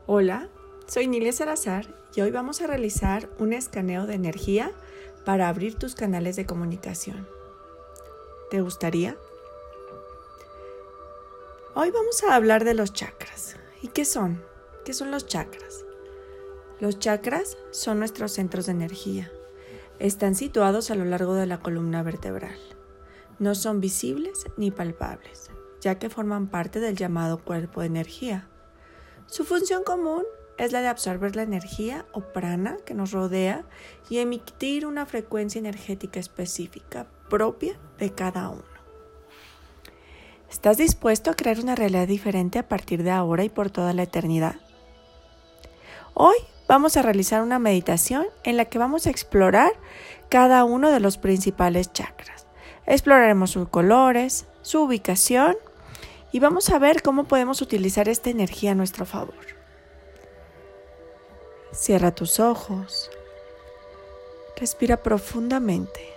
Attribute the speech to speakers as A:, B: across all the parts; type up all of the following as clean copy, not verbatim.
A: Hola, soy Nilia Salazar y hoy vamos a realizar un escaneo de energía para abrir tus canales de comunicación. ¿Te gustaría? Hoy vamos a hablar de los chakras. ¿Y qué son? ¿Qué son los chakras? Los chakras son nuestros centros de energía. Están situados a lo largo de la columna vertebral. No son visibles ni palpables, ya que forman parte del llamado cuerpo de energía. Su función común es la de absorber la energía o prana que nos rodea y emitir una frecuencia energética específica propia de cada uno. ¿Estás dispuesto a crear una realidad diferente a partir de ahora y por toda la eternidad? Hoy vamos a realizar una meditación en la que vamos a explorar cada uno de los principales chakras. Exploraremos sus colores, su ubicación y vamos a ver cómo podemos utilizar esta energía a nuestro favor. Cierra tus ojos. Respira profundamente.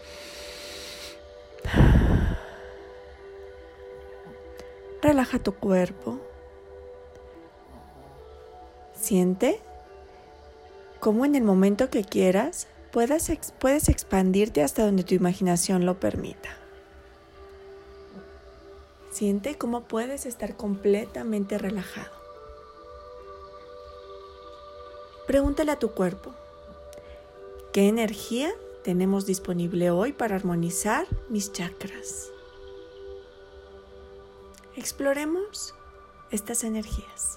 A: Relaja tu cuerpo. Siente cómo en el momento que quieras puedes expandirte hasta donde tu imaginación lo permita. Siente cómo puedes estar completamente relajado. Pregúntale a tu cuerpo, ¿qué energía tenemos disponible hoy para armonizar mis chakras? Exploremos estas energías.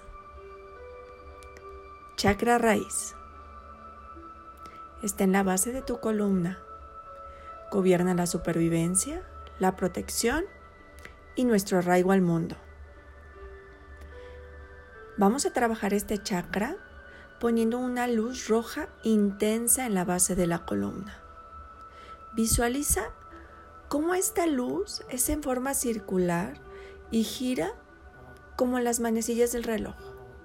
A: Chakra raíz. Está en la base de tu columna. Gobierna la supervivencia, la protección y nuestro arraigo al mundo. Vamos a trabajar este chakra poniendo una luz roja intensa en la base de la columna. Visualiza cómo esta luz es en forma circular y gira como las manecillas del reloj.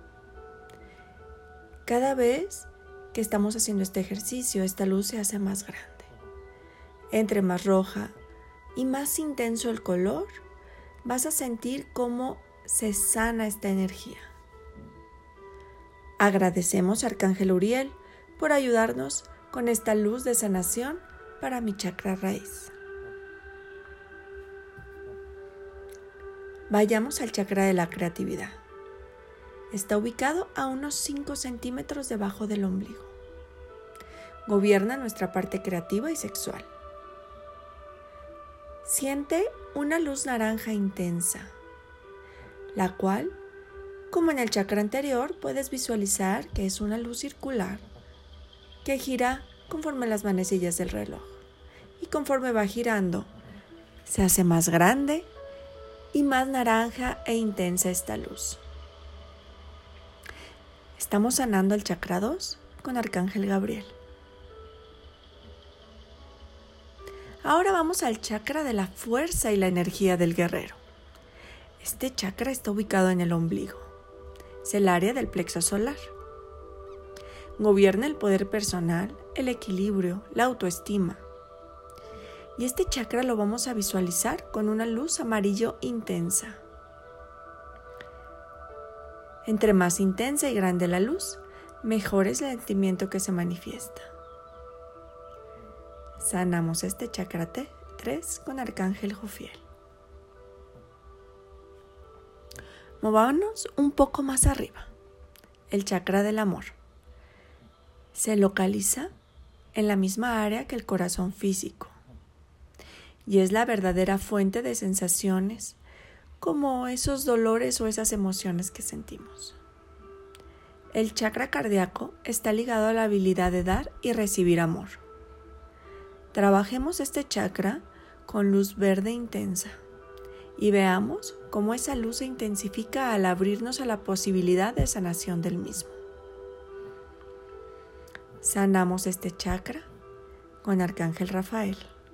A: Cada vez que estamos haciendo este ejercicio, esta luz se hace más grande. Entre más roja y más intenso el color, vas a sentir cómo se sana esta energía. Agradecemos a Arcángel Uriel por ayudarnos con esta luz de sanación para mi chakra raíz. Vayamos al chakra de la creatividad. Está ubicado a unos 5 centímetros debajo del ombligo. Gobierna nuestra parte creativa y sexual. Siente una luz naranja intensa, la cual, como en el chakra anterior, puedes visualizar que es una luz circular que gira conforme las manecillas del reloj. Y conforme va girando, se hace más grande y más naranja e intensa esta luz. Estamos sanando el chakra 2 con Arcángel Gabriel. Ahora vamos al chakra de la fuerza y la energía del guerrero. Este chakra está ubicado en el ombligo. Es el área del plexo solar. Gobierna el poder personal, el equilibrio, la autoestima. Y este chakra lo vamos a visualizar con una luz amarillo intensa. Entre más intensa y grande la luz, mejor es el sentimiento que se manifiesta. Sanamos este chakra 3 con Arcángel Jofiel. Movámonos un poco más arriba. El chakra del amor. Se localiza en la misma área que el corazón físico y es la verdadera fuente de sensaciones como esos dolores o esas emociones que sentimos. El chakra cardíaco está ligado a la habilidad de dar y recibir amor. Trabajemos este chakra con luz verde intensa y veamos cómo esa luz se intensifica al abrirnos a la posibilidad de sanación del mismo. Sanamos este chakra con Arcángel Rafael.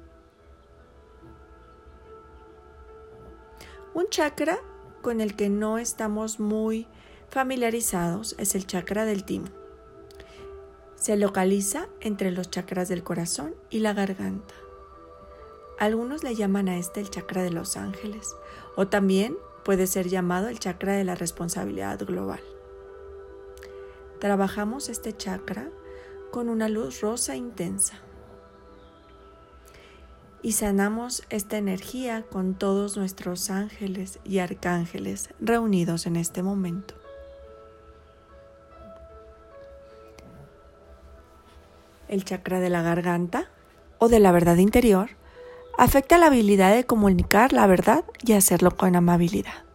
A: Un chakra con el que no estamos muy familiarizados es el chakra del timo. Se localiza entre los chakras del corazón y la garganta. Algunos le llaman a este el chakra de los ángeles, o también puede ser llamado el chakra de la responsabilidad global. Trabajamos este chakra con una luz rosa intensa y sanamos esta energía con todos nuestros ángeles y arcángeles reunidos en este momento. El chakra de la garganta o de la verdad interior afecta la habilidad de comunicar la verdad y hacerlo con amabilidad.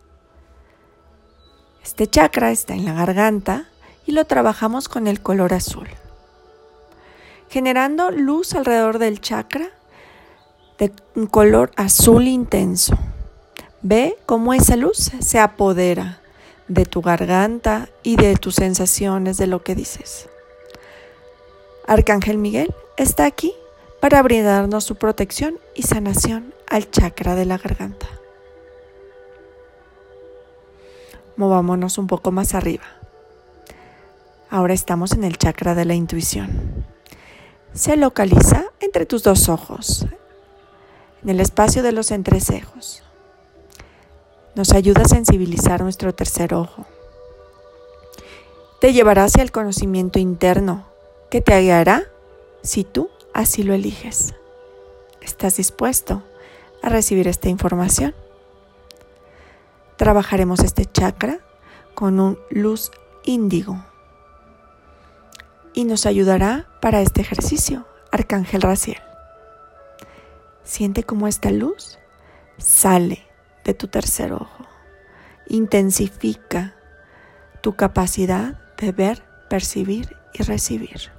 A: Este chakra está en la garganta y lo trabajamos con el color azul, generando luz alrededor del chakra de un color azul intenso. Ve cómo esa luz se apodera de tu garganta y de tus sensaciones, de lo que dices. Arcángel Miguel está aquí para brindarnos su protección y sanación al chakra de la garganta. Movámonos un poco más arriba. Ahora estamos en el chakra de la intuición. Se localiza entre tus dos ojos, en el espacio de los entrecejos. Nos ayuda a sensibilizar nuestro tercer ojo. Te llevará hacia el conocimiento interno que te guiará si tú así lo eliges. ¿Estás dispuesto a recibir esta información? Trabajaremos este chakra con un luz índigo y nos ayudará para este ejercicio Arcángel Raziel. Siente cómo esta luz sale de tu tercer ojo, intensifica tu capacidad de ver, percibir y recibir.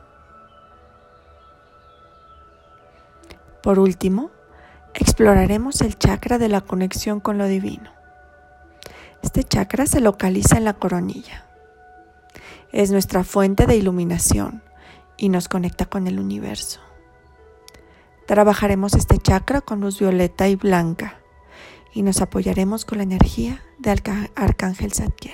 A: Por último, exploraremos el chakra de la conexión con lo divino. Este chakra se localiza en la coronilla. Es nuestra fuente de iluminación y nos conecta con el universo. Trabajaremos este chakra con luz violeta y blanca y nos apoyaremos con la energía de Arcángel Zadkiel.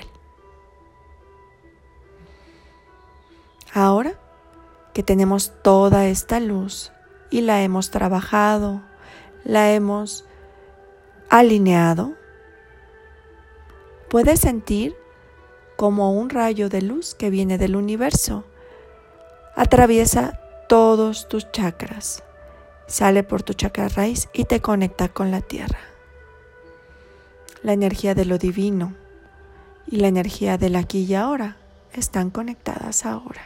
A: Ahora que tenemos toda esta luz y la hemos trabajado, la hemos alineado, puedes sentir como un rayo de luz que viene del universo atraviesa todos tus chakras, sale por tu chakra raíz y te conecta con la tierra. La energía de lo divino y la energía del aquí y ahora están conectadas ahora.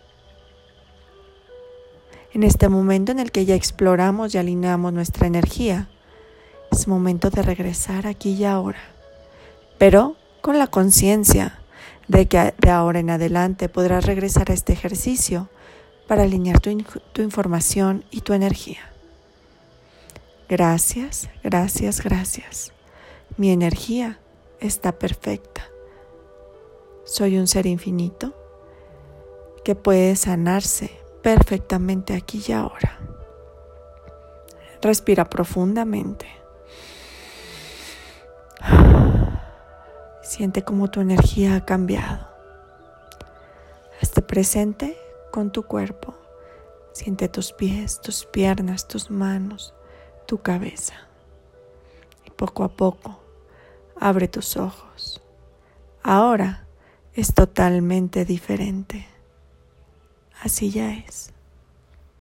A: En este momento en el que ya exploramos y alineamos nuestra energía, es momento de regresar aquí y ahora, pero con la conciencia de que de ahora en adelante podrás regresar a este ejercicio para alinear tu información y tu energía. Gracias, gracias, gracias. Mi energía está perfecta. Soy un ser infinito que puede sanarse perfectamente aquí y ahora. Respira profundamente. Siente cómo tu energía ha cambiado. Hazte presente con tu cuerpo. Siente tus pies, tus piernas, tus manos, tu cabeza. Y poco a poco, abre tus ojos. Ahora es totalmente diferente. Así ya es.